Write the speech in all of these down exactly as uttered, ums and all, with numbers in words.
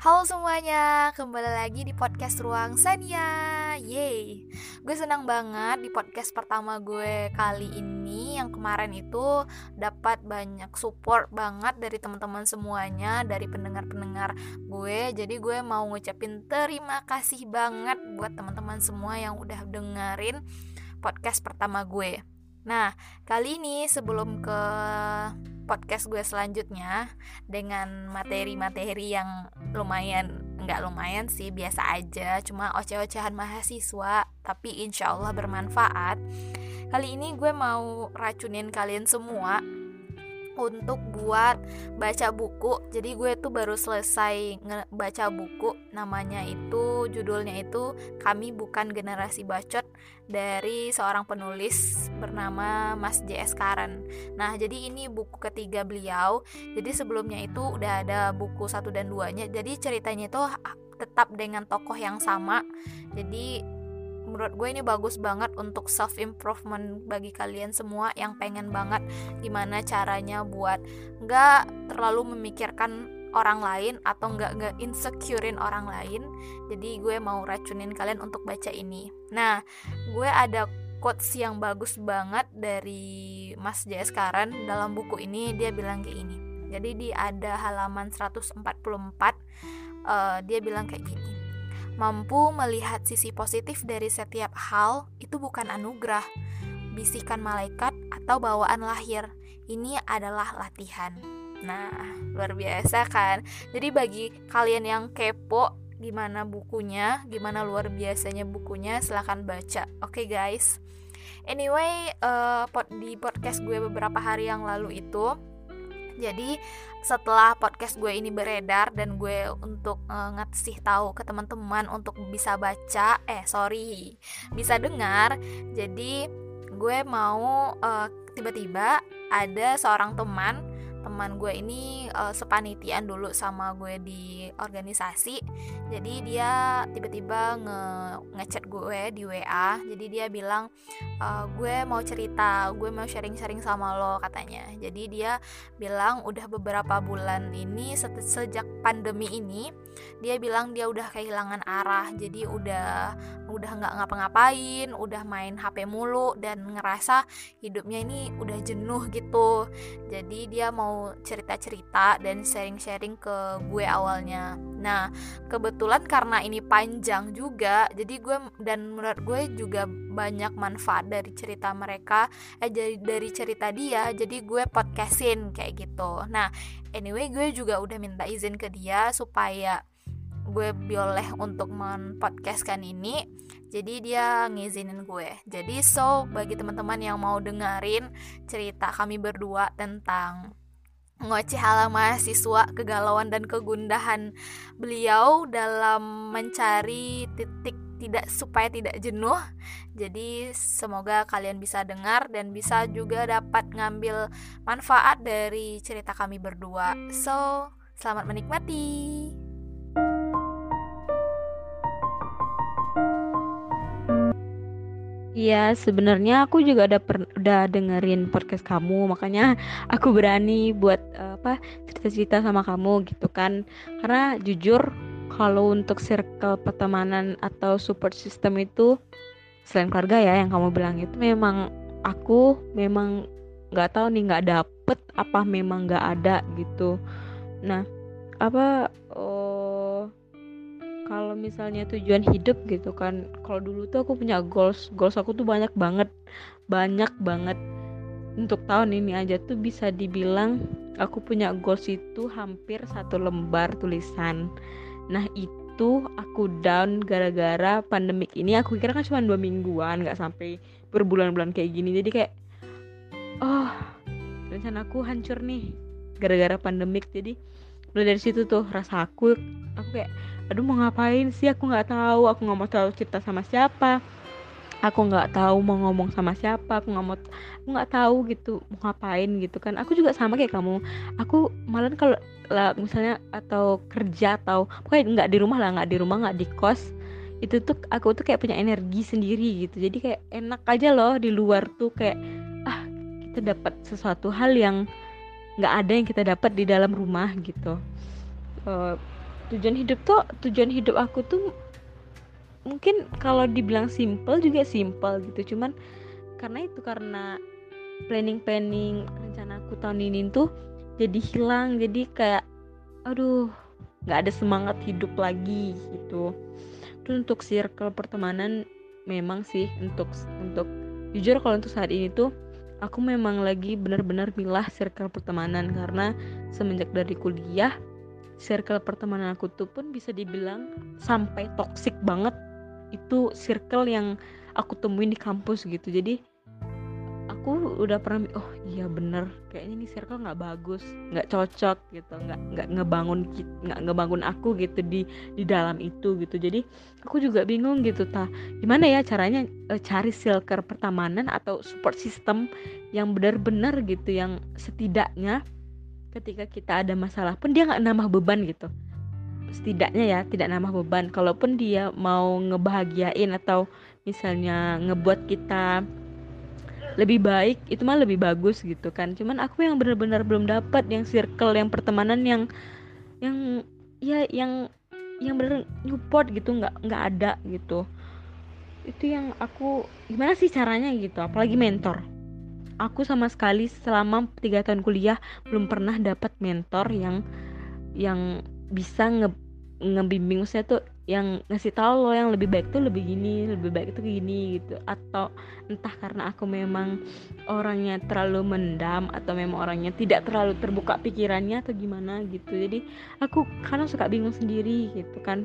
Halo semuanya, kembali lagi di podcast Ruang Sania. Yeay, gue senang banget di podcast pertama gue kali ini. Yang kemarin itu dapat banyak support banget dari teman-teman semuanya, dari pendengar-pendengar gue. Jadi gue mau ngucapin terima kasih banget buat teman-teman semua yang udah dengerin podcast pertama gue. Nah, kali ini sebelum ke podcast gue selanjutnya dengan materi-materi yang lumayan, nggak lumayan sih, biasa aja, cuma oceh-ocehan mahasiswa, tapi insya Allah bermanfaat. Kali ini gue mau racunin kalian semua untuk buat baca buku. Jadi gue tuh baru selesai baca buku, namanya itu, judulnya itu Kami Bukan Generasi Bacot, dari seorang penulis bernama Mas J S Karen. Nah, jadi ini buku ketiga beliau. Jadi sebelumnya itu udah ada buku satu dan duanya. Jadi ceritanya itu tetap dengan tokoh yang sama. Jadi menurut gue ini bagus banget untuk self improvement bagi kalian semua yang pengen banget gimana caranya buat nggak terlalu memikirkan orang lain atau nggak nggak insecurein orang lain. Jadi gue mau racunin kalian untuk baca ini. Nah, gue ada quotes yang bagus banget dari Mas J S Karen dalam buku ini. Dia bilang kayak gini. Jadi di ada halaman seratus empat puluh empat, uh, dia bilang kayak gini: mampu melihat sisi positif dari setiap hal itu bukan anugerah, bisikan malaikat atau bawaan lahir. Ini adalah latihan. Nah, luar biasa kan? Jadi bagi kalian yang kepo gimana bukunya, gimana luar biasanya bukunya, silahkan baca. Oke okay, guys. Anyway, uh, di podcast gue beberapa hari yang lalu itu, jadi setelah podcast gue ini beredar dan gue untuk uh, ngasih tahu ke teman-teman untuk bisa baca, eh sorry, bisa dengar. Jadi gue mau uh, tiba-tiba ada seorang teman, teman gue ini uh, sepanitiaan dulu sama gue di organisasi. Jadi dia tiba-tiba nge ngechat gue di W A. Jadi dia bilang, Uh, gue mau cerita, gue mau sharing-sharing sama lo katanya. Jadi dia bilang udah beberapa bulan ini se- sejak pandemi ini, dia bilang dia udah kehilangan arah. Jadi udah udah nggak ngapa-ngapain, udah main H P mulu dan ngerasa hidupnya ini udah jenuh gitu. Jadi dia mau cerita-cerita dan sharing-sharing ke gue awalnya. Nah, kebetulan karena ini panjang juga, jadi gue dan menurut gue juga banyak manfaat dari cerita mereka, eh dari, dari cerita dia, jadi gue podcastin kayak gitu. Nah, anyway gue juga udah minta izin ke dia supaya gue boleh untuk men-podcastkan ini. Jadi dia ngizinin gue. Jadi so bagi teman-teman yang mau dengerin cerita kami berdua tentang ngoceh ala mahasiswa, kegalauan dan kegundahan beliau dalam mencari titik tidak supaya tidak jenuh. Jadi semoga kalian bisa dengar dan bisa juga dapat ngambil manfaat dari cerita kami berdua. So, selamat menikmati. Iya, sebenarnya aku juga udah per, udah dengerin podcast kamu, makanya aku berani buat uh, apa cerita-cerita sama kamu gitu kan. Karena jujur kalau untuk circle pertemanan atau support system itu selain keluarga ya yang kamu bilang itu, memang aku memang nggak tahu nih, nggak dapet apa memang nggak ada gitu. Nah, apa oh kalau misalnya tujuan hidup gitu kan, kalau dulu tuh aku punya goals goals aku tuh banyak banget banyak banget untuk tahun ini aja tuh bisa dibilang aku punya goals itu hampir satu lembar tulisan. Nah itu aku down gara-gara pandemik ini. Aku kira kan cuma dua mingguan, nggak sampai berbulan-bulan kayak gini. Jadi kayak oh rencana aku hancur nih gara-gara pandemik. Jadi mulai dari situ tuh rasa aku aku kayak aduh mau ngapain sih, aku nggak tahu, aku nggak mau tahu cerita sama siapa, aku nggak tahu mau ngomong sama siapa, aku nggak mau aku nggak tahu gitu mau ngapain gitu kan. Aku juga sama kayak kamu, aku malah kalau lah misalnya atau kerja atau pokoknya nggak di rumah lah nggak di rumah nggak di kos itu tuh aku tuh kayak punya energi sendiri gitu. Jadi kayak enak aja loh di luar tuh, kayak ah kita dapat sesuatu hal yang nggak ada yang kita dapat di dalam rumah gitu. Uh, tujuan hidup tuh tujuan hidup aku tuh mungkin kalau dibilang simple juga simple gitu, cuman karena itu karena planning-planning rencana aku tahun ini tuh jadi hilang, jadi kayak aduh nggak ada semangat hidup lagi gitu. Terus untuk circle pertemanan memang sih untuk untuk jujur kalau untuk saat ini tuh aku memang lagi benar-benar milah circle pertemanan, karena semenjak dari kuliah circle pertemanan aku tuh pun bisa dibilang sampai toksik banget. Itu circle yang aku temuin di kampus gitu. Jadi aku udah pernah, oh iya bener, kayaknya nih circle nggak bagus, nggak cocok gitu, nggak nggak ngebangun nggak ngebangun aku gitu di di dalam itu gitu. Jadi aku juga bingung gitu, tah gimana ya caranya e, cari circle pertemanan atau support system yang benar-benar gitu, yang setidaknya ketika kita ada masalah pun dia nggak nambah beban gitu. Setidaknya ya tidak nambah beban. Kalaupun dia mau ngebahagiain atau misalnya ngebuat kita lebih baik, itu mah lebih bagus gitu kan. Cuman aku yang benar-benar belum dapat yang circle, yang pertemanan yang yang ya yang yang benar support gitu, nggak nggak ada gitu. Itu yang aku gimana sih caranya gitu, apalagi mentor. Aku sama sekali selama tiga tahun kuliah belum pernah dapat mentor yang yang bisa nge ngebimbing saya tuh, yang ngasih tahu lo yang lebih baik tuh lebih gini, lebih baik itu gini gitu. Atau entah karena aku memang orangnya terlalu mendam atau memang orangnya tidak terlalu terbuka pikirannya atau gimana gitu. Jadi aku kadang suka bingung sendiri gitu kan.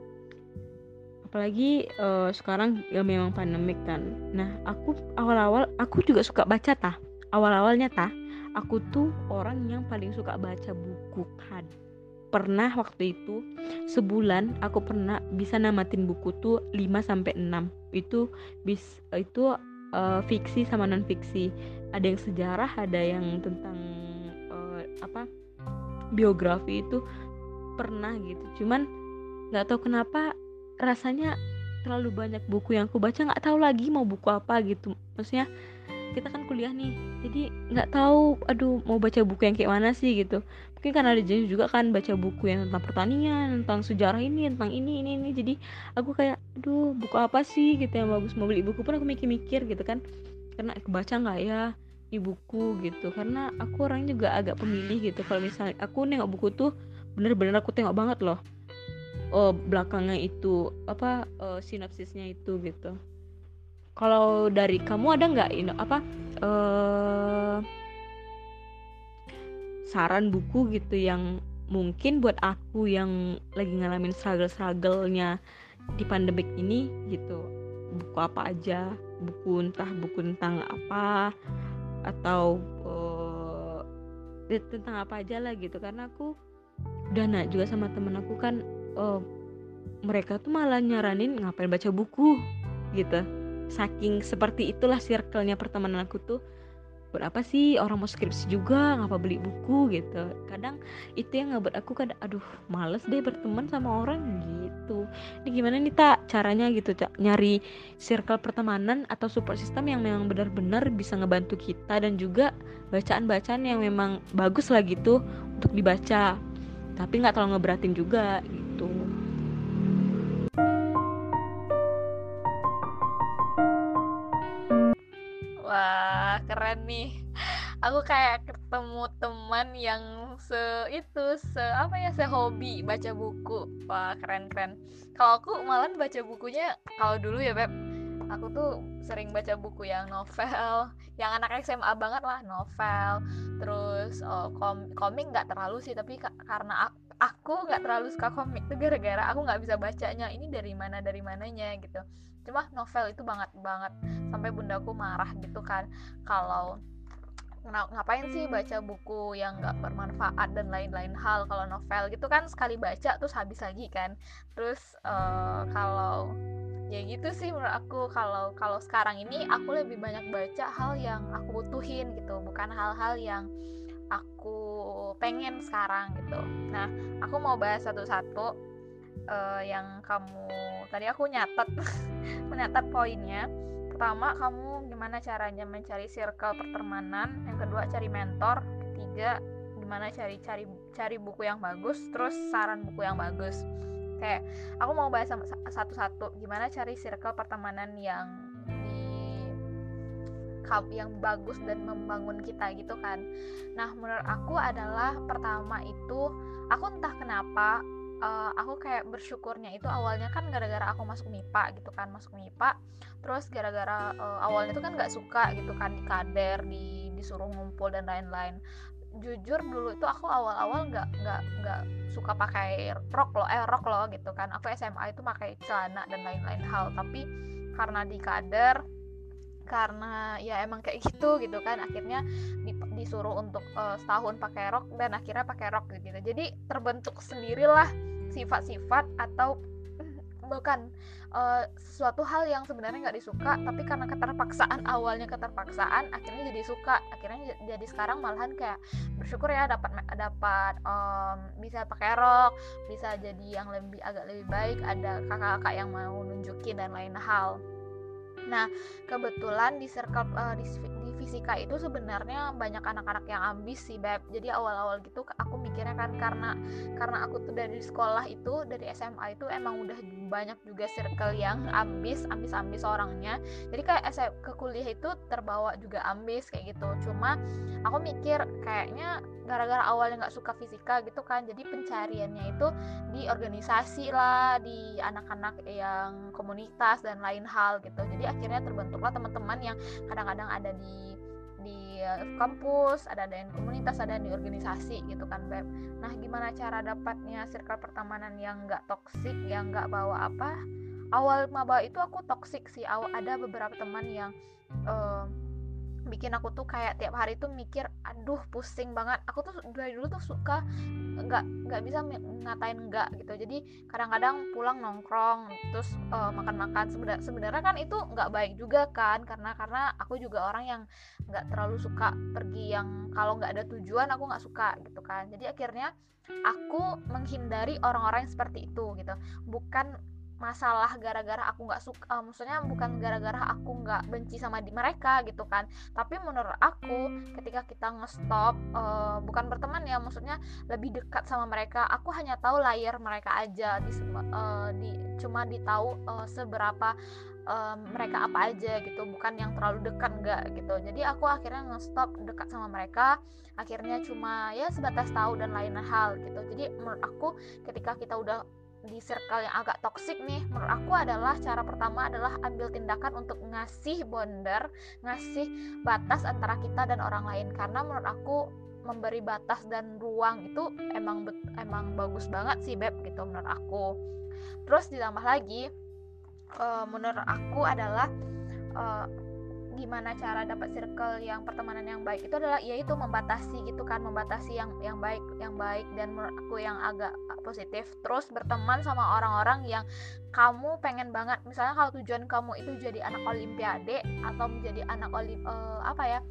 Apalagi uh, sekarang ya memang pandemik kan. Nah aku awal-awal aku juga suka baca tah. Awal-awalnya tah aku tuh orang yang paling suka baca buku kan. Pernah waktu itu sebulan aku pernah bisa namatin buku tuh lima sampai enam. Itu bis itu uh, fiksi sama non fiksi. Ada yang sejarah, ada yang tentang uh, apa? biografi, itu pernah gitu. Cuman enggak tahu kenapa rasanya terlalu banyak buku yang aku baca, enggak tahu lagi mau buku apa gitu. Maksudnya kita kan kuliah nih, jadi nggak tahu aduh mau baca buku yang kayak mana sih gitu. Mungkin karena ada jenis juga kan baca buku yang tentang pertanian, tentang sejarah ini, tentang ini ini ini jadi aku kayak aduh buku apa sih gitu yang bagus. Mau beli buku pun aku mikir-mikir gitu kan, karena kebaca nggak ya di buku gitu. Karena aku orang juga agak pemilih gitu. Kalau misalnya aku nengok buku tuh bener-bener aku tengok banget loh, oh belakangnya itu apa, uh, sinopsisnya itu gitu. Kalau dari kamu ada nggak ini apa uh, saran buku gitu yang mungkin buat aku yang lagi ngalamin struggle-strugglenya di pandemik ini gitu? Buku apa aja? Buku entah buku tentang apa atau uh, tentang apa aja lah gitu. Karena aku udah nak juga sama temen aku kan, uh, mereka tuh malah nyaranin ngapain baca buku gitu. Saking seperti itulah circle-nya pertemanan aku tuh. Buat apa sih orang mau skripsi juga ngapa beli buku gitu. Kadang itu yang ngebuat aku kadang aduh males deh berteman sama orang gitu. Ini gimana nih tak caranya gitu Cak, nyari circle pertemanan atau support system yang memang benar-benar bisa ngebantu kita, dan juga bacaan-bacaan yang memang bagus lah gitu untuk dibaca, tapi nggak terlalu ngeberatin juga gitu. Wah, keren nih. Aku kayak ketemu teman yang se itu se apa ya sehobi baca buku. Wah, keren-keren. Kalau aku malah baca bukunya kalau dulu ya, Beb. Aku tuh sering baca buku yang novel, yang anak S M A banget lah, novel. Terus oh, kom- komik nggak terlalu sih, tapi ka- karena aku aku nggak terlalu suka komik tuh gara-gara aku nggak bisa bacanya ini dari mana dari mananya gitu. Cuma novel itu banget banget sampai bundaku marah gitu kan kalau ngapain sih baca buku yang nggak bermanfaat dan lain-lain hal. Kalau novel gitu kan sekali baca terus habis lagi kan. Terus uh, kalau ya gitu sih menurut aku, kalau kalau sekarang ini aku lebih banyak baca hal yang aku butuhin gitu, bukan hal-hal yang aku pengen sekarang gitu. Nah, aku mau bahas satu-satu uh, yang kamu tadi aku nyatet menyatat poinnya. Pertama, kamu gimana caranya mencari circle pertemanan, yang kedua cari mentor, ketiga gimana cari cari cari buku yang bagus, terus saran buku yang bagus. Kayak aku mau bahas sama satu-satu gimana cari circle pertemanan yang di yang bagus dan membangun kita gitu kan. Nah menurut aku adalah pertama itu aku entah kenapa uh, aku kayak bersyukurnya itu awalnya kan gara-gara aku masuk M I P A gitu kan, masuk M I P A terus gara-gara uh, awalnya itu kan nggak suka gitu kan di kader, di disuruh ngumpul dan lain-lain. Jujur dulu itu aku awal-awal nggak nggak nggak suka pakai rok loh eh rok loh gitu kan. Aku S M A itu pakai celana dan lain-lain hal, tapi karena di kader, karena ya emang kayak gitu gitu kan, akhirnya disuruh untuk uh, setahun pakai rok dan akhirnya pakai rok gitu. Jadi terbentuk sendirilah sifat-sifat atau bukan uh, sesuatu hal yang sebenarnya nggak disuka, tapi karena keterpaksaan, awalnya keterpaksaan akhirnya jadi suka, akhirnya jadi sekarang malahan kayak bersyukur ya dapat dapat um, bisa pakai rok, bisa jadi yang lebih agak lebih baik, ada kakak-kakak yang mau nunjukin dan lain hal. Nah kebetulan di circle uh, di, di fisika itu sebenarnya banyak anak-anak yang ambis sih Beb. Jadi awal-awal gitu aku mikirnya kan karena karena aku tuh dari sekolah itu, dari S M A itu emang udah banyak juga circle yang ambis, ambis-ambis orangnya. Jadi kayak ke kuliah itu terbawa juga ambis kayak gitu. Cuma aku mikir kayaknya gara-gara awalnya nggak suka fisika gitu kan, jadi pencariannya itu di organisasi lah, di anak-anak yang komunitas dan lain hal gitu. Jadi akhirnya terbentuklah teman-teman yang kadang-kadang ada di di kampus, ada ada yang komunitas, ada yang di organisasi gitu kan Beb. Nah gimana cara dapatnya circle pertemanan yang nggak toksik, yang nggak bawa apa? Awal maba itu aku toksik sih, awal ada beberapa teman yang uh, bikin aku tuh kayak tiap hari tuh mikir, aduh pusing banget. Aku tuh dari dulu tuh suka nggak nggak bisa ngatain enggak gitu. Jadi kadang-kadang pulang nongkrong terus uh, makan-makan. Sebenarnya sebenarnya kan itu nggak baik juga kan, karena karena aku juga orang yang nggak terlalu suka pergi yang kalau nggak ada tujuan aku nggak suka gitu kan. Jadi akhirnya aku menghindari orang-orang yang seperti itu gitu. Bukan masalah gara-gara aku nggak suka, uh, maksudnya bukan gara-gara aku nggak benci sama di mereka gitu kan, tapi menurut aku ketika kita nge-stop uh, bukan berteman ya, maksudnya lebih dekat sama mereka, aku hanya tahu layar mereka aja, di, uh, di cuma ditahu uh, seberapa uh, mereka apa aja gitu, bukan yang terlalu dekat enggak gitu. Jadi aku akhirnya nge-stop dekat sama mereka, akhirnya cuma ya sebatas tahu dan lain hal gitu. Jadi menurut aku ketika kita udah di circle yang agak toksik nih, menurut aku adalah cara pertama adalah ambil tindakan untuk ngasih border, ngasih batas antara kita dan orang lain. Karena menurut aku memberi batas dan ruang itu emang emang bagus banget sih Beb gitu menurut aku. Terus ditambah lagi uh, menurut aku adalah uh, gimana cara dapat circle yang pertemanan yang baik itu adalah yaitu membatasi gitu kan, membatasi yang yang baik yang baik dan menurut aku yang agak positif. Terus berteman sama orang-orang yang kamu pengen banget, misalnya kalau tujuan kamu itu jadi anak olimpiade atau menjadi anak olim uh, apa ya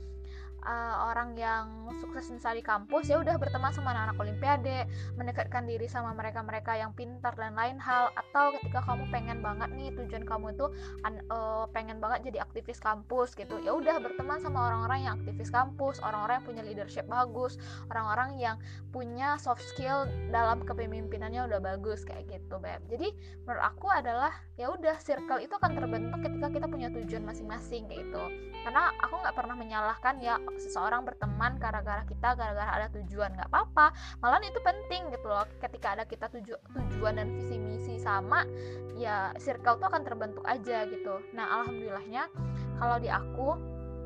Uh, orang yang sukses misalnya di kampus, ya udah berteman sama anak-anak olimpiade, mendekatkan diri sama mereka-mereka yang pintar dan lain hal. Atau ketika kamu pengen banget nih, tujuan kamu itu uh, pengen banget jadi aktivis kampus gitu, ya udah berteman sama orang-orang yang aktivis kampus, orang-orang yang punya leadership bagus, orang-orang yang punya soft skill dalam kepemimpinannya udah bagus kayak gitu Beb. Jadi menurut aku adalah ya udah circle itu akan terbentuk ketika kita punya tujuan masing-masing kayak gitu. Karena aku nggak pernah menyalahkan ya seseorang berteman gara-gara kita gara-gara ada tujuan, nggak apa-apa, malahan itu penting gitu loh. Ketika ada kita tuju, tujuan dan visi misi sama, ya circle tuh akan terbentuk aja gitu. Nah alhamdulillahnya kalau di aku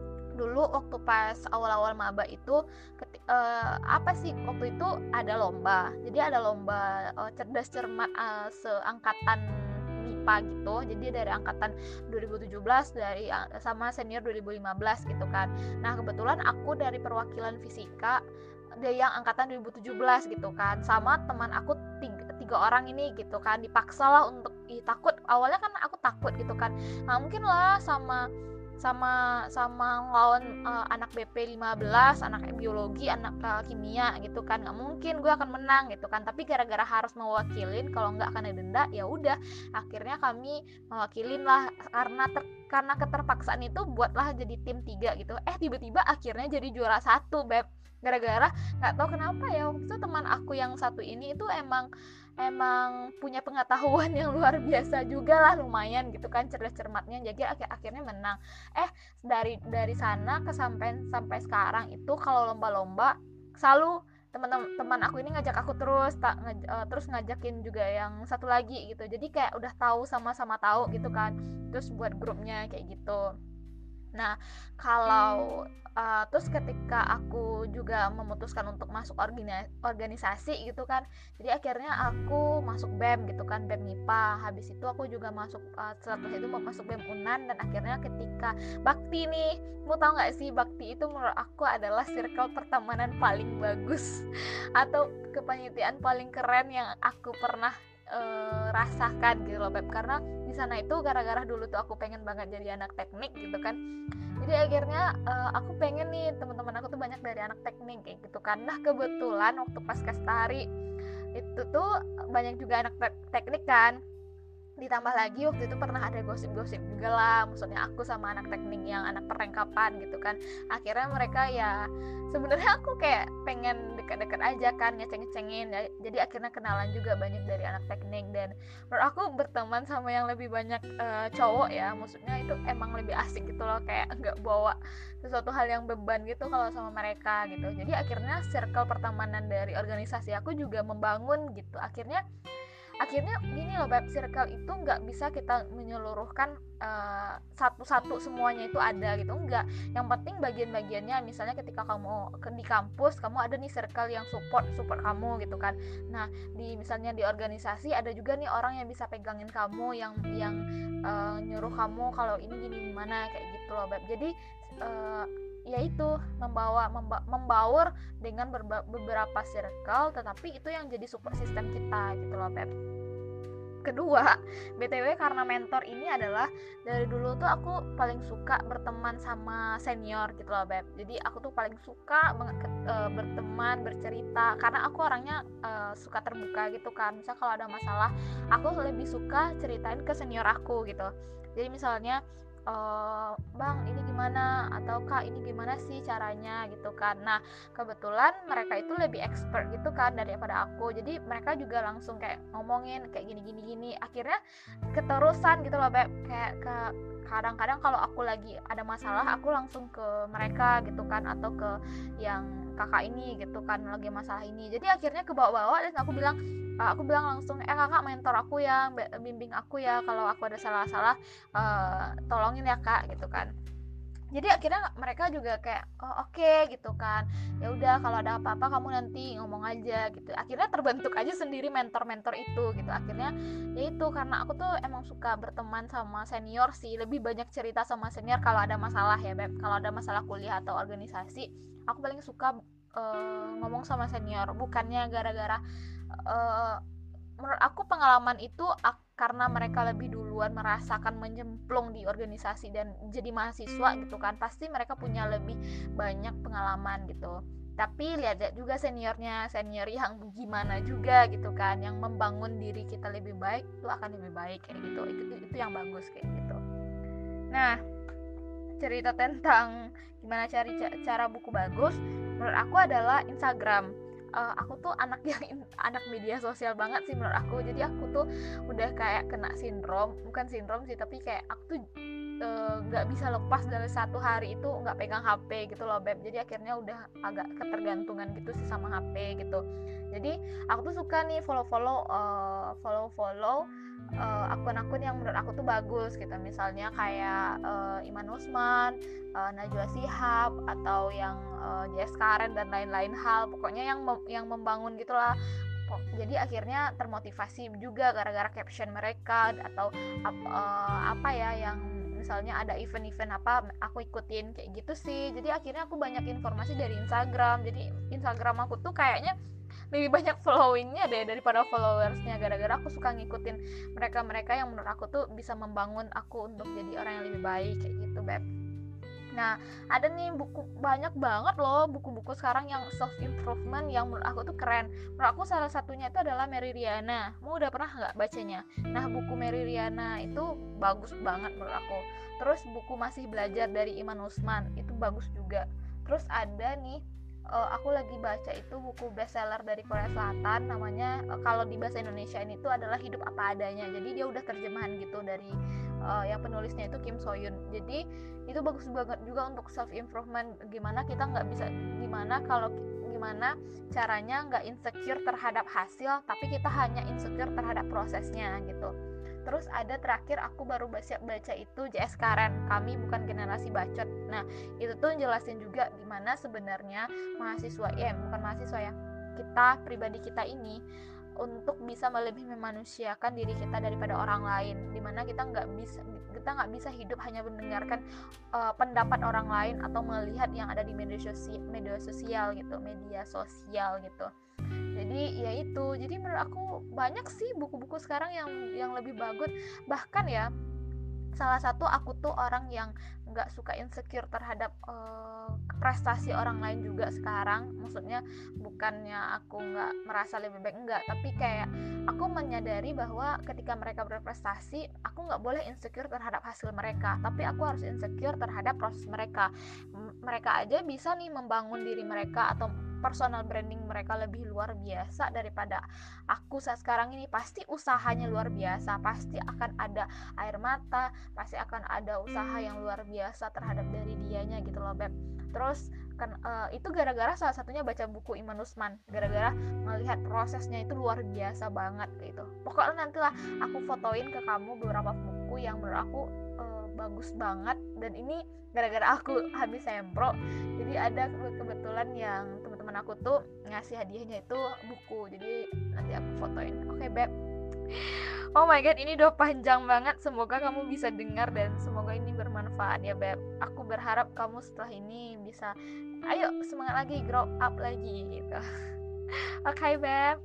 dulu waktu pas awal-awal maba itu keti- uh, apa sih waktu itu ada lomba, jadi ada lomba uh, cerdas cermat uh, seangkatan M I P A gitu. Jadi dari angkatan dua ribu tujuh belas dari sama senior dua ribu lima belas gitu kan. Nah kebetulan aku dari perwakilan fisika dari yang angkatan dua ribu tujuh belas gitu kan, sama teman aku tiga, tiga orang ini gitu kan, dipaksa lah untuk ih, takut awalnya kan aku takut gitu kan, nggak mungkin lah sama sama sama ngelawan uh, anak B P lima belas, anak biologi, anak uh, kimia gitu kan. Nggak mungkin gue akan menang gitu kan, tapi gara-gara harus mewakilin, kalau nggak akan didenda, ya udah akhirnya kami mewakilin lah, karena ter, karena keterpaksaan itu buatlah jadi tim tiga gitu. Eh tiba-tiba akhirnya jadi juara satu, Beb, gara-gara nggak tahu kenapa ya, waktu itu teman aku yang satu ini itu emang emang punya pengetahuan yang luar biasa juga lah, lumayan gitu kan, cerdas cermatnya, jadi akhir akhirnya menang. Eh dari dari sana ke sampai sampai sekarang itu kalau lomba-lomba selalu teman-teman aku ini ngajak aku terus tak ngaj, uh, terus ngajakin juga yang satu lagi gitu, jadi kayak udah tahu, sama-sama tahu gitu kan, terus buat grupnya kayak gitu. Nah, kalau uh, terus ketika aku juga memutuskan untuk masuk organi- organisasi gitu kan, jadi akhirnya aku masuk B E M gitu kan, B E M MIPA. Habis itu aku juga masuk uh, setelah itu mau masuk B E M UNAN, dan akhirnya ketika bakti nih, mau tahu nggak sih, bakti itu menurut aku adalah circle pertemanan paling bagus atau kepanitiaan paling keren yang aku pernah Uh, rasakan gitu loh, Beb. Karena di sana itu gara-gara dulu tuh aku pengen banget jadi anak teknik gitu kan, jadi akhirnya uh, aku pengen nih teman-teman aku tuh banyak dari anak teknik kayak gitu kan. Nah kebetulan waktu pas Kastari itu tuh banyak juga anak te- teknik kan, ditambah lagi waktu itu pernah ada gosip-gosip juga lah, maksudnya aku sama anak teknik yang anak perlengkapan gitu kan. Akhirnya mereka ya, sebenarnya aku kayak pengen dekat-dekat aja kan, ngeceng-ngecengin, jadi akhirnya kenalan juga banyak dari anak teknik. Dan menurut aku berteman sama yang lebih banyak uh, cowok ya, maksudnya itu emang lebih asik gitu loh, kayak nggak bawa sesuatu hal yang beban gitu kalau sama mereka gitu. Jadi akhirnya circle pertemanan dari organisasi aku juga membangun gitu. Akhirnya akhirnya gini loh, Beb, circle itu nggak bisa kita menyeluruhkan uh, satu-satu semuanya itu ada gitu, enggak. Yang penting bagian-bagiannya, misalnya ketika kamu di kampus, kamu ada nih circle yang support support kamu gitu kan. Nah di misalnya di organisasi ada juga nih orang yang bisa pegangin kamu, yang yang uh, nyuruh kamu kalau ini gini gimana kayak gitu loh, Beb. Jadi uh, yaitu membawa memba, membaur dengan berba, beberapa circle, tetapi itu yang jadi support system kita gitu loh, Beb. Kedua, B T W karena mentor ini adalah dari dulu tuh aku paling suka berteman sama senior gitu loh, Beb. Jadi aku tuh paling suka banget uh, berteman, bercerita, karena aku orangnya uh, suka terbuka gitu kan. Misal kalau ada masalah, aku lebih suka ceritain ke senior aku gitu. Jadi misalnya Uh, bang ini gimana, atau kak ini gimana sih caranya gitu kan. Nah kebetulan mereka itu lebih expert gitu kan daripada aku, jadi mereka juga langsung kayak ngomongin kayak gini gini gini, akhirnya keterusan gitu loh, Beb. Kayak ke kadang-kadang kalau aku lagi ada masalah, aku langsung ke mereka gitu kan, atau ke yang kakak ini gitu kan lagi masalah ini, jadi akhirnya ke bawah-bawah. Dan aku bilang Uh, aku bilang langsung, eh kakak mentor aku ya, bimbing aku ya, kalau aku ada salah-salah uh, tolongin ya kak gitu kan. Jadi akhirnya mereka juga kayak oh oke okay, gitu kan, ya udah kalau ada apa-apa kamu nanti ngomong aja gitu. Akhirnya terbentuk aja sendiri mentor-mentor itu gitu. Akhirnya ya itu, karena aku tuh emang suka berteman sama senior sih, lebih banyak cerita sama senior kalau ada masalah ya, Beb. Kalau ada masalah kuliah atau organisasi, aku paling suka uh, ngomong sama senior, bukannya gara-gara uh, menurut aku pengalaman itu ak- karena mereka lebih duluan merasakan menyemplung di organisasi dan jadi mahasiswa gitu kan, pasti mereka punya lebih banyak pengalaman gitu. Tapi lihat juga seniornya, senior yang gimana juga gitu kan, yang membangun diri kita lebih baik, itu akan lebih baik kayak gitu. Itu itu yang bagus kayak gitu. Nah, cerita tentang gimana cari cara buku bagus, menurut aku adalah Instagram. Uh, aku tuh anak yang anak media sosial banget sih menurut aku. Jadi aku tuh udah kayak kena sindrom, bukan sindrom sih, tapi kayak aku tuh nggak uh, bisa lepas dari satu hari itu nggak pegang H P gitu loh, Beb. Jadi akhirnya udah agak ketergantungan gitu sih sama H P gitu. Jadi aku tuh suka nih follow-follow uh, follow-follow uh, akun-akun yang menurut aku tuh bagus gitu. Misalnya kayak uh, Iman Usman, uh, Najwa Shihab, atau yang uh, J S Karen dan lain-lain hal. Pokoknya yang mem- yang membangun gitulah. Jadi akhirnya termotivasi juga gara-gara caption mereka, atau uh, apa ya yang misalnya ada event-event apa aku ikutin kayak gitu sih. Jadi akhirnya aku banyak informasi dari Instagram. Jadi Instagram aku tuh kayaknya lebih banyak followingnya deh daripada followersnya, gara-gara aku suka ngikutin mereka-mereka yang menurut aku tuh bisa membangun aku untuk jadi orang yang lebih baik kayak gitu, Beb. Nah, ada nih buku, banyak banget loh buku-buku sekarang yang self improvement yang menurut aku tuh keren. Menurut aku salah satunya itu adalah Mary Riana. Mau udah pernah nggak bacanya? Nah, buku Mary Riana itu bagus banget menurut aku. Terus buku Masih Belajar dari Iman Usman itu bagus juga. Terus ada nih, uh, aku lagi baca itu buku bestseller dari Korea Selatan, namanya uh, kalau di bahasa Indonesia ini tuh adalah Hidup Apa Adanya. Jadi dia udah terjemahan gitu dari uh, yang penulisnya itu Kim So Yoon. Jadi itu bagus banget juga untuk self improvement, gimana kita nggak bisa, gimana kalau gimana caranya nggak insecure terhadap hasil, tapi kita hanya insecure terhadap prosesnya gitu. Terus ada terakhir aku baru baca baca itu J S Karen, Kami Bukan Generasi Bacot. Nah itu tuh jelasin juga gimana sebenarnya mahasiswa, ya bukan mahasiswa ya, kita pribadi kita ini untuk bisa lebih memanusiakan diri kita daripada orang lain, dimana kita nggak bisa kita nggak bisa hidup hanya mendengarkan uh, pendapat orang lain atau melihat yang ada di media sosial media sosial gitu media sosial gitu. Jadi ya itu, jadi menurut aku banyak sih buku-buku sekarang yang yang lebih bagus. Bahkan ya, salah satu aku tuh orang yang nggak suka insecure terhadap uh, prestasi orang lain juga sekarang. Maksudnya bukannya aku nggak merasa lebih baik, enggak, tapi kayak aku menyadari bahwa ketika mereka berprestasi, aku nggak boleh insecure terhadap hasil mereka, tapi aku harus insecure terhadap proses mereka. M- mereka aja bisa nih membangun diri mereka atau personal branding mereka lebih luar biasa daripada aku saat sekarang ini. Pasti usahanya luar biasa, pasti akan ada air mata, pasti akan ada usaha yang luar biasa terhadap dari dianya gitu loh Beb. Terus kan uh, itu gara-gara salah satunya baca buku Iman Usman, gara-gara melihat prosesnya itu luar biasa banget gitu. Pokoknya nantilah aku fotoin ke kamu beberapa buku yang menurut aku uh, bagus banget, dan ini gara-gara aku habis sempro, jadi ada kebetulan yang teman-teman aku tuh ngasih hadiahnya itu buku, jadi nanti aku fotoin. Oke Beb. Oh my god, ini udah panjang banget. Semoga kamu bisa dengar dan semoga ini bermanfaat ya Beb. Aku berharap kamu setelah ini bisa, ayo semangat lagi, grow up lagi gitu. Oke okay, Beb.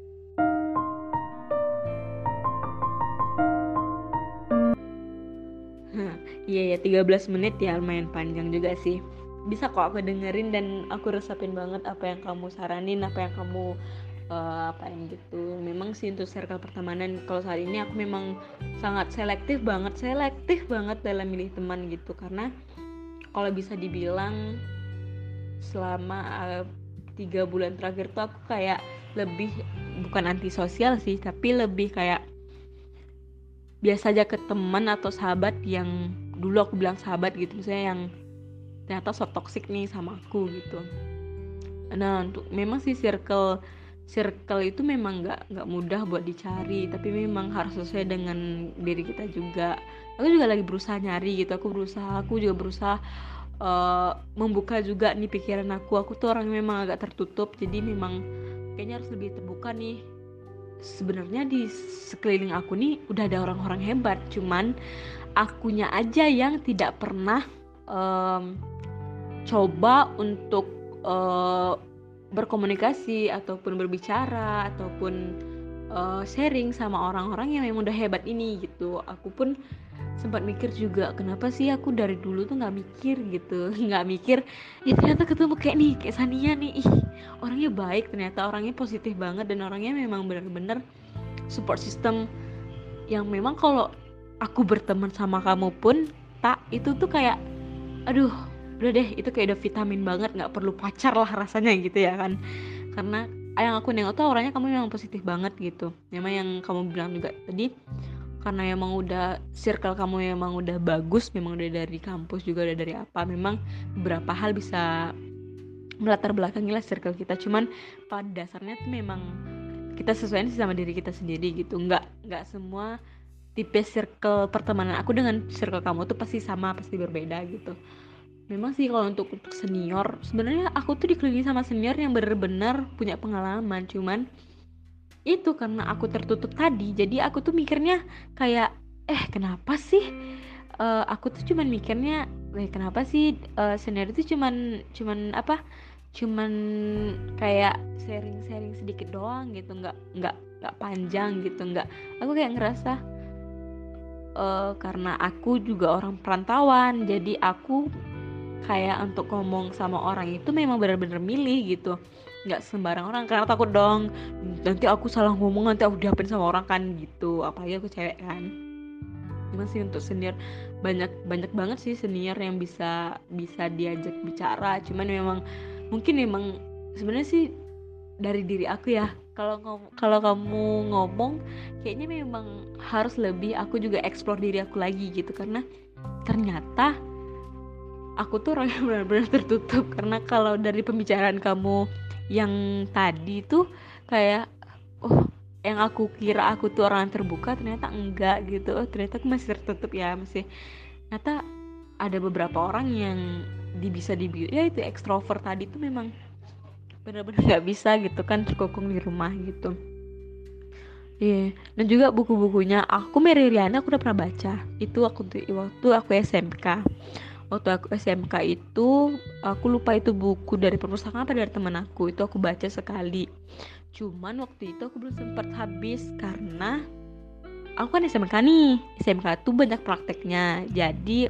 Iya ya, tiga belas menit ya, lumayan panjang juga sih. Bisa kok aku dengerin dan aku resapin banget apa yang kamu saranin, apa yang kamu uh, apain gitu. Memang sih untuk circle pertemanan kalau saat ini aku memang sangat selektif banget, selektif banget dalam milih teman gitu. Karena kalau bisa dibilang selama uh, tiga bulan terakhir tuh aku kayak lebih, bukan antisosial sih, tapi lebih kayak biasa aja ke teman atau sahabat yang dulu aku bilang sahabat gitu, misalnya yang ternyata so toxic nih sama aku gitu. Nah untuk memang sih circle circle itu memang nggak nggak mudah buat dicari, tapi memang harus sesuai dengan diri kita juga. Aku juga lagi berusaha nyari gitu, aku berusaha aku juga berusaha uh, membuka juga nih pikiran aku. Aku tuh orang memang agak tertutup, jadi memang kayaknya harus lebih terbuka nih. Sebenarnya di sekeliling aku nih udah ada orang-orang hebat, cuman akunya aja yang tidak pernah um, coba untuk uh, berkomunikasi ataupun berbicara ataupun uh, sharing sama orang-orang yang memang udah hebat ini gitu. Aku pun sempat mikir juga, kenapa sih aku dari dulu tuh nggak mikir gitu, nggak mikir ya ternyata ketemu kayak nih, kayak Sania nih, ih orangnya baik, ternyata orangnya positif banget, dan orangnya memang benar-benar support system yang memang kalau aku berteman sama kamu pun tak, itu tuh kayak aduh udah deh, itu kayak udah vitamin banget, nggak perlu pacar lah rasanya gitu ya kan. Karena yang aku nengok tuh orangnya kamu memang positif banget gitu. Memang yang kamu bilang juga tadi, karena emang udah circle kamu emang udah bagus, memang udah dari kampus juga, udah dari apa, memang beberapa hal bisa melatar belakangi lah circle kita. Cuman pada dasarnya tuh memang kita sesuaiin sih sama diri kita sendiri gitu. Nggak nggak semua tipe circle pertemanan aku dengan circle kamu tuh pasti sama, pasti berbeda gitu. Memang sih kalau untuk, untuk senior, sebenarnya aku tuh dikelilingi sama senior yang benar-benar punya pengalaman. Cuman itu karena aku tertutup tadi, jadi aku tuh mikirnya kayak eh kenapa sih uh, aku tuh cuman mikirnya eh kenapa sih uh, senior itu cuman cuman apa cuman kayak sharing-sharing sedikit doang gitu, nggak nggak nggak panjang gitu, nggak, aku kayak ngerasa uh, karena aku juga orang perantauan, jadi aku kayak untuk ngomong sama orang itu memang benar-benar milih gitu, nggak sembarang orang, karena takut dong nanti aku salah ngomong, nanti aku diapain sama orang kan gitu, apalagi aku cewek kan. Cuma sih untuk senior banyak banyak banget sih senior yang bisa bisa diajak bicara, cuman memang mungkin memang sebenarnya sih dari diri aku ya, kalau ngom- kalau kamu ngomong kayaknya memang harus lebih aku juga explore diri aku lagi gitu, karena ternyata aku tuh orang yang benar-benar tertutup. Karena kalau dari pembicaraan kamu yang tadi tuh kayak oh, yang aku kira aku tuh orang yang terbuka ternyata enggak gitu. Oh, ternyata aku masih tertutup ya, masih. Ternyata ada beberapa orang yang di bisa dibilang ya itu ekstrovert tadi tuh memang benar-benar nggak bisa gitu kan, terkungkung di rumah gitu. Iya, yeah. Dan juga buku-bukunya aku Mary Riana aku udah pernah baca. Itu aku tuh waktu aku S M K. Waktu aku S M K itu aku lupa itu buku dari perpustakaan apa dari teman aku, itu aku baca sekali. Cuman waktu itu aku belum sempat habis karena aku kan S M K nih. S M K tuh banyak prakteknya. Jadi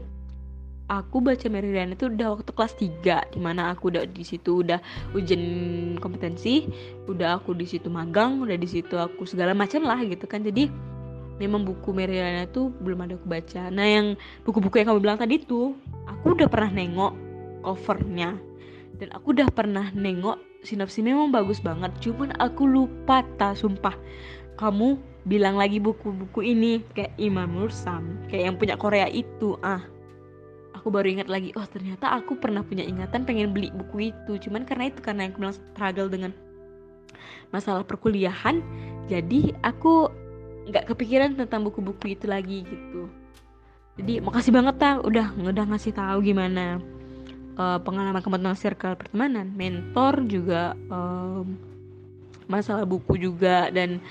aku baca Meridian itu udah waktu kelas tiga, dimana aku udah di situ udah ujian kompetensi, udah aku di situ magang, udah di situ aku segala macam lah gitu kan. Jadi memang buku Meridian itu belum ada aku baca. Nah yang buku-buku yang kamu bilang tadi tuh aku udah pernah nengok covernya dan aku udah pernah nengok sinopsisnya, memang bagus banget. Cuman aku lupa ta, sumpah. Kamu bilang lagi buku-buku ini kayak Imam Nursam, kayak yang punya Korea itu. Ah, aku baru ingat lagi, oh ternyata aku pernah punya ingatan pengen beli buku itu. Cuman karena itu, karena yang bilang struggle dengan masalah perkuliahan, jadi aku nggak kepikiran tentang buku-buku itu lagi gitu. Jadi makasih banget ta udah udah ngasih tahu gimana uh, pengalaman kamu tentang circle pertemanan, mentor juga, um, masalah buku juga. Dan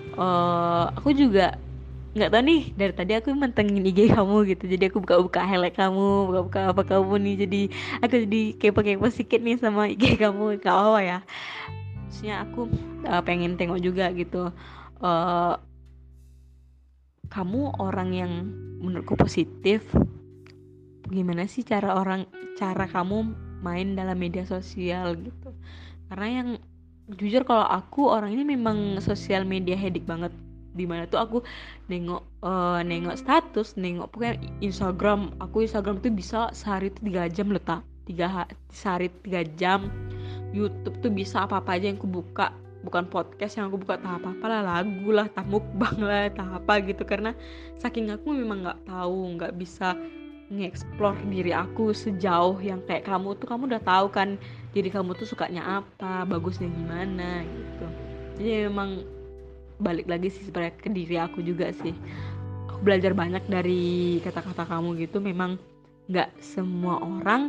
uh, aku juga nggak tahu nih, dari tadi aku mentengin I G kamu gitu, jadi aku buka-buka highlight kamu, buka-buka apa kamu nih, jadi aku jadi kepo-kepo sedikit nih sama I G kamu. Gak apa ya, maksudnya aku uh, pengen tengok juga gitu, uh, kamu orang yang menurutku positif. Gimana sih cara orang cara kamu main dalam media sosial gitu, karena yang jujur kalau aku orang ini memang sosial media hedik banget, dimana tuh aku nengok uh, nengok status, nengok pokoknya Instagram aku Instagram tuh bisa sehari tuh tiga jam letak tiga sehari tiga jam. YouTube tuh bisa apa-apa aja yang aku buka, bukan podcast yang aku buka, tak apa-apa lah, lagu lah, tak mukbang lah, tak apa gitu, karena saking aku memang nggak tahu, nggak bisa nge-explore diri aku sejauh yang kayak kamu tuh. Kamu udah tahu kan diri kamu tuh sukanya apa, bagusnya gimana gitu. Jadi memang balik lagi sih sebenarnya ke diri aku juga sih. Aku belajar banyak dari kata-kata kamu gitu. Memang nggak semua orang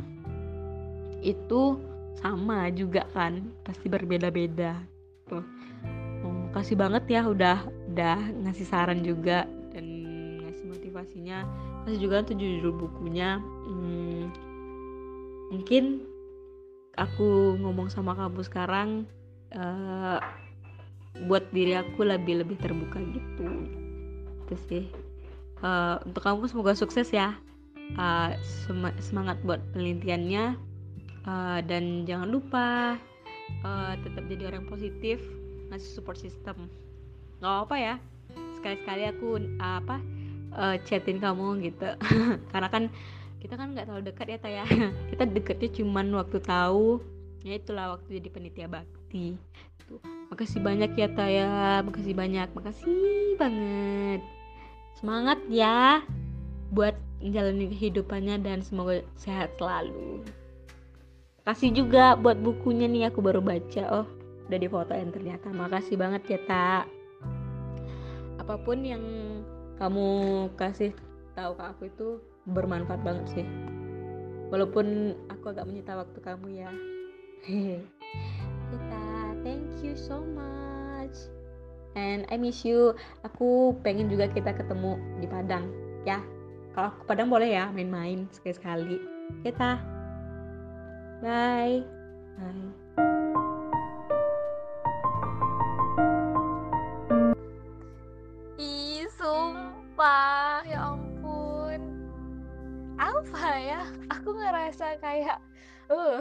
itu sama juga kan, pasti berbeda-beda tuh. Oh, makasih banget ya udah udah ngasih saran juga dan ngasih motivasinya, kasih juga tuh judul bukunya. hmm, mungkin aku ngomong sama kamu sekarang uh, buat diri aku lebih lebih terbuka gitu. Itu sih. Uh, untuk kamu semoga sukses ya. Uh, sem- semangat buat penelitiannya, uh, dan jangan lupa uh, tetap jadi orang positif, ngasih support system. Nggak apa ya, sekali-sekali aku uh, apa uh, chatin kamu gitu. Karena kan kita kan nggak terlalu dekat ya Taya. Kita deketnya cuman waktu tahu, ya itulah waktu jadi panitia bakti. Tuh. Makasih banyak ya Taya, makasih banyak, makasih banget. Semangat ya buat menjalani kehidupannya dan semoga sehat selalu. Kasih juga buat bukunya nih, aku baru baca, oh udah difotoin ternyata. Makasih banget ya Tak. Apapun yang kamu kasih tahu ke aku itu bermanfaat banget sih, walaupun aku agak menyita waktu kamu ya. Kita thank you so much and I miss you. Aku pengen juga kita ketemu di Padang ya. Kalau aku ke Padang boleh ya main-main sekali-sekali. Kita bye bye. Ih, sumpah, ya ampun. Aku apa ya, aku ngerasa kayak uh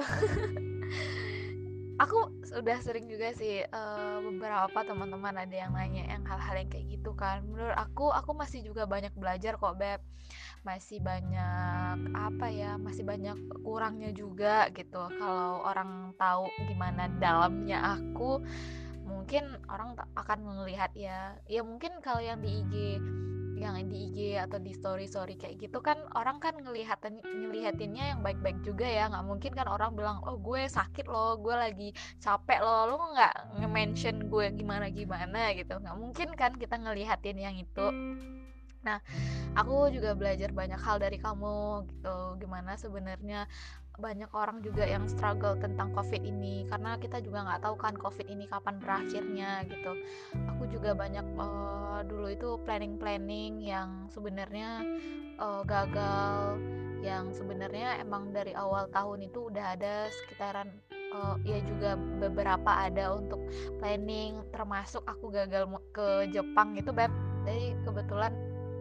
aku sudah sering juga sih, uh, beberapa teman-teman ada yang nanya yang hal-hal yang kayak gitu kan. Menurut aku aku masih juga banyak belajar kok Beb, masih banyak apa ya, masih banyak kurangnya juga gitu. Kalau orang tahu gimana dalamnya aku, mungkin orang akan melihat ya ya mungkin kalau yang di I G yang di I G atau di story story kayak gitu kan orang kan ngelihatin ngelihatinnya yang baik-baik juga ya, nggak mungkin kan orang bilang oh gue sakit loh, gue lagi capek loh, lo nggak nge-mention gue gimana gimana gitu, nggak mungkin kan kita ngelihatin yang itu. Nah, aku juga belajar banyak hal dari kamu gitu, gimana sebenarnya banyak orang juga yang struggle tentang COVID ini, karena kita juga nggak tahu kan COVID ini kapan berakhirnya gitu. Aku juga banyak uh, dulu itu planning-planning yang sebenarnya uh, gagal, yang sebenarnya emang dari awal tahun itu udah ada sekitaran uh, ya juga beberapa ada untuk planning, termasuk aku gagal ke Jepang itu Beb. Jadi kebetulan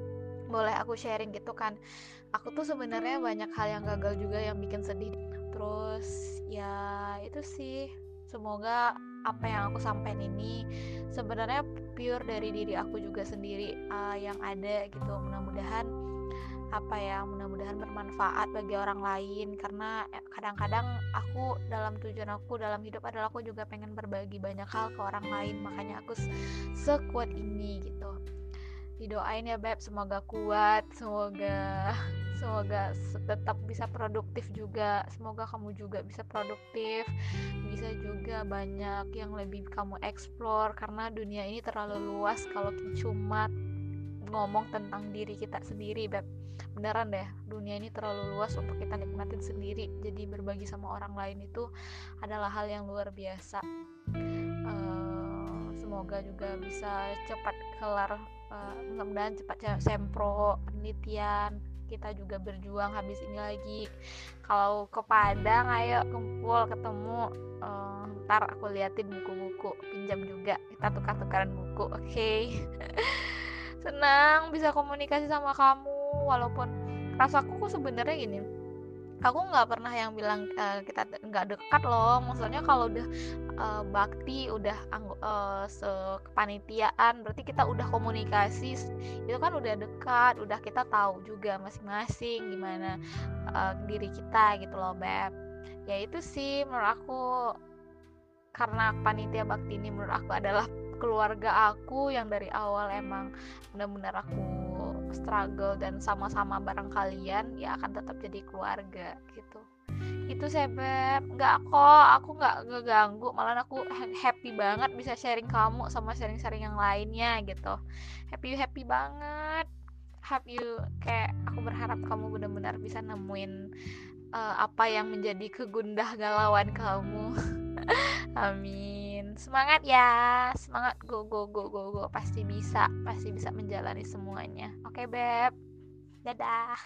boleh aku sharing gitu kan, aku tuh sebenarnya banyak hal yang gagal juga yang bikin sedih. Terus ya itu sih, semoga apa yang aku sampaikan ini sebenarnya pure dari diri aku juga sendiri, uh, yang ada gitu. Mudah-mudahan apa ya, mudah-mudahan bermanfaat bagi orang lain, karena kadang-kadang aku dalam tujuan aku dalam hidup adalah aku juga pengen berbagi banyak hal ke orang lain, makanya aku sekuat ini gitu. Didoain ya Beb, semoga kuat, semoga semoga tetap bisa produktif juga, semoga kamu juga bisa produktif, bisa juga banyak yang lebih kamu explore, karena dunia ini terlalu luas kalau cuma ngomong tentang diri kita sendiri Beb. Beneran deh, dunia ini terlalu luas untuk kita nikmatin sendiri, jadi berbagi sama orang lain itu adalah hal yang luar biasa. uh, semoga juga bisa cepat kelar, uh, mudah-mudahan cepat sempro penelitian, kita juga berjuang habis ini lagi. Kalau ke Padang ayo kumpul ketemu, uh, ntar aku liatin buku-buku, pinjam juga, kita tukar-tukaran buku, oke? Okay? Senang bisa komunikasi sama kamu, walaupun rasaku sebenarnya gini, aku nggak pernah yang bilang uh, kita nggak dekat loh. Maksudnya kalau udah uh, bakti, udah uh, sekepanitiaan, berarti kita udah komunikasi, itu kan udah dekat, udah kita tahu juga masing-masing gimana uh, diri kita gitu loh Beb. Ya itu sih menurut aku, karena panitia bakti ini menurut aku adalah keluarga aku yang dari awal emang benar-benar aku struggle, dan sama-sama bareng kalian ya akan tetap jadi keluarga gitu. Itu sih Beb, nggak kok, aku nggak ngeganggu, malah aku happy banget bisa sharing kamu sama sharing-sharing yang lainnya gitu. Happy happy banget, happy, kayak aku berharap kamu benar-benar bisa nemuin uh, apa yang menjadi kegundah galauan kamu. Amin, semangat ya, semangat, go go go go go, pasti bisa, pasti bisa menjalani semuanya. Oke Beb, dadah.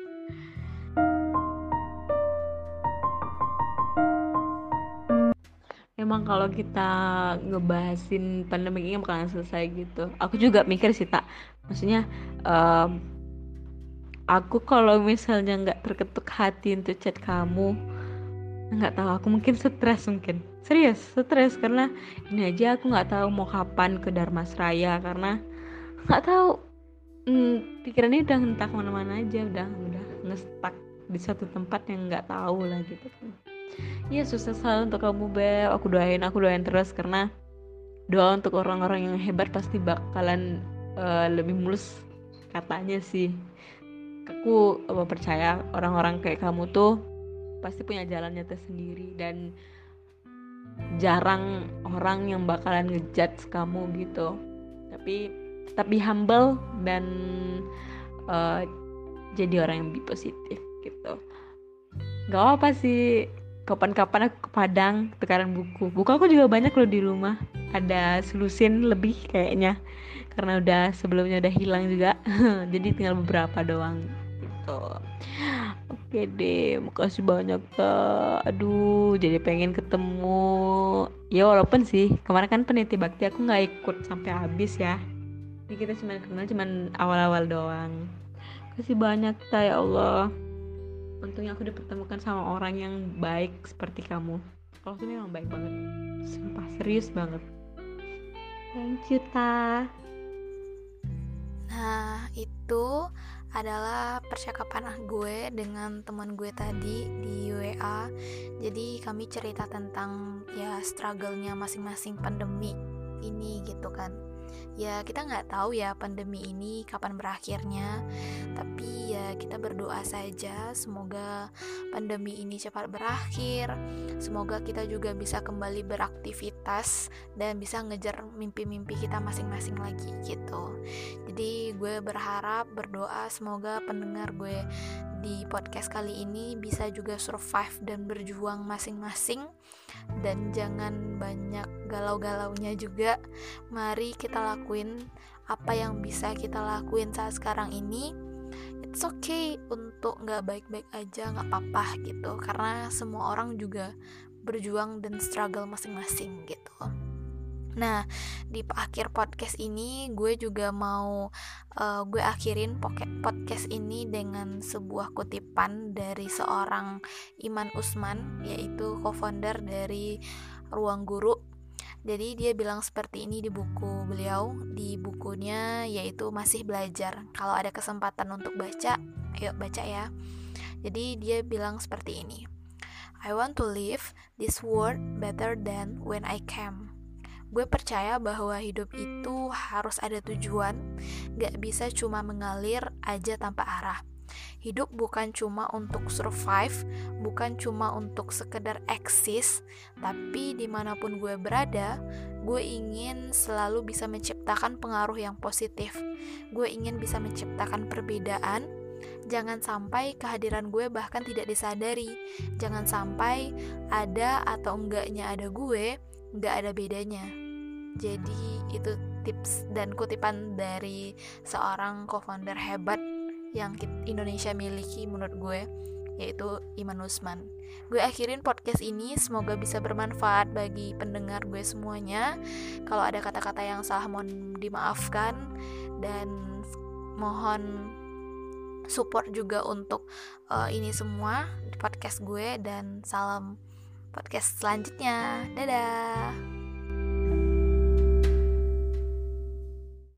Emang kalau kita ngebahasin pandemi ini bakalan selesai gitu. Aku juga mikir sih tak, maksudnya um, aku kalau misalnya nggak terketuk hati untuk chat kamu, nggak tahu, aku mungkin stres, mungkin serius stres, karena ini aja aku nggak tahu mau kapan ke Dharmasraya, karena nggak tahu, hmm, pikirannya udah entah kemana-mana aja, udah udah ngestak di satu tempat yang nggak tahu lah gitu kan. Iya, sukses selalu untuk kamu Beb, aku doain aku doain terus, karena doa untuk orang-orang yang hebat pasti bakalan uh, lebih mulus katanya sih. Aku uh, percaya orang-orang kayak kamu tuh pasti punya jalannya tersendiri, dan jarang orang yang bakalan ngejudge kamu gitu. Tapi tetap be humble dan uh, jadi orang yang be positif gitu. Gak apa sih, kapan-kapan aku ke Padang tukaran buku. Buku aku juga banyak loh di rumah, ada selusin lebih kayaknya, karena udah sebelumnya udah hilang juga. Jadi tinggal beberapa doang gitu. Oke deh, makasih banyak Kak. Aduh, jadi pengen ketemu. Ya walaupun sih kemarin kan peneliti bakti aku nggak ikut sampai habis ya. Jadi kita cuma kenal cuman awal-awal doang. Makasih banyak Kak, ya Allah. untungnya aku dipertemukan sama orang yang baik seperti kamu. Kalau tuh memang baik banget, sumpah serius banget. Thank you, Ta. Nah, itu adalah percakapan gue dengan teman gue tadi di W A. Jadi kami cerita tentang ya struggle-nya masing-masing pandemi ini gitu kan. Ya kita nggak tahu ya pandemi ini kapan berakhirnya, tapi ya kita berdoa saja semoga pandemi ini cepat berakhir, semoga kita juga bisa kembali beraktivitas dan bisa ngejar mimpi-mimpi kita masing-masing lagi gitu. Jadi gue berharap, berdoa semoga pendengar gue di podcast kali ini bisa juga survive dan berjuang masing-masing, dan jangan banyak galau-galaunya juga. Mari kita lakuin apa yang bisa kita lakuin saat sekarang ini. It's okay untuk gak baik-baik aja, gak apa-apa gitu, karena semua orang juga berjuang dan struggle masing-masing gitu. Nah, di akhir podcast ini gue juga mau uh, gue akhirin podcast ini dengan sebuah kutipan dari seorang Iman Usman, yaitu co-founder dari Ruang Guru. Jadi dia bilang seperti ini di buku beliau, di bukunya yaitu Masih Belajar. Kalau ada kesempatan untuk baca, ayo baca ya. Jadi dia bilang seperti ini: I want to live this world better than when I came. Gue percaya bahwa hidup itu harus ada tujuan, gak bisa cuma mengalir aja tanpa arah. Hidup bukan cuma untuk survive, bukan cuma untuk sekedar eksis, tapi dimanapun gue berada, gue ingin selalu bisa menciptakan pengaruh yang positif. Gue ingin bisa menciptakan perbedaan. Jangan sampai kehadiran gue bahkan tidak disadari. Jangan sampai ada atau enggaknya ada gue gak ada bedanya. Jadi itu tips dan kutipan dari seorang co-founder hebat yang Indonesia miliki menurut gue, yaitu Iman Usman. Gue akhirin podcast ini, semoga bisa bermanfaat bagi pendengar gue semuanya. Kalau ada kata-kata yang salah mohon dimaafkan, dan mohon support juga untuk uh, ini semua di podcast gue, dan salam podcast selanjutnya. Dadah.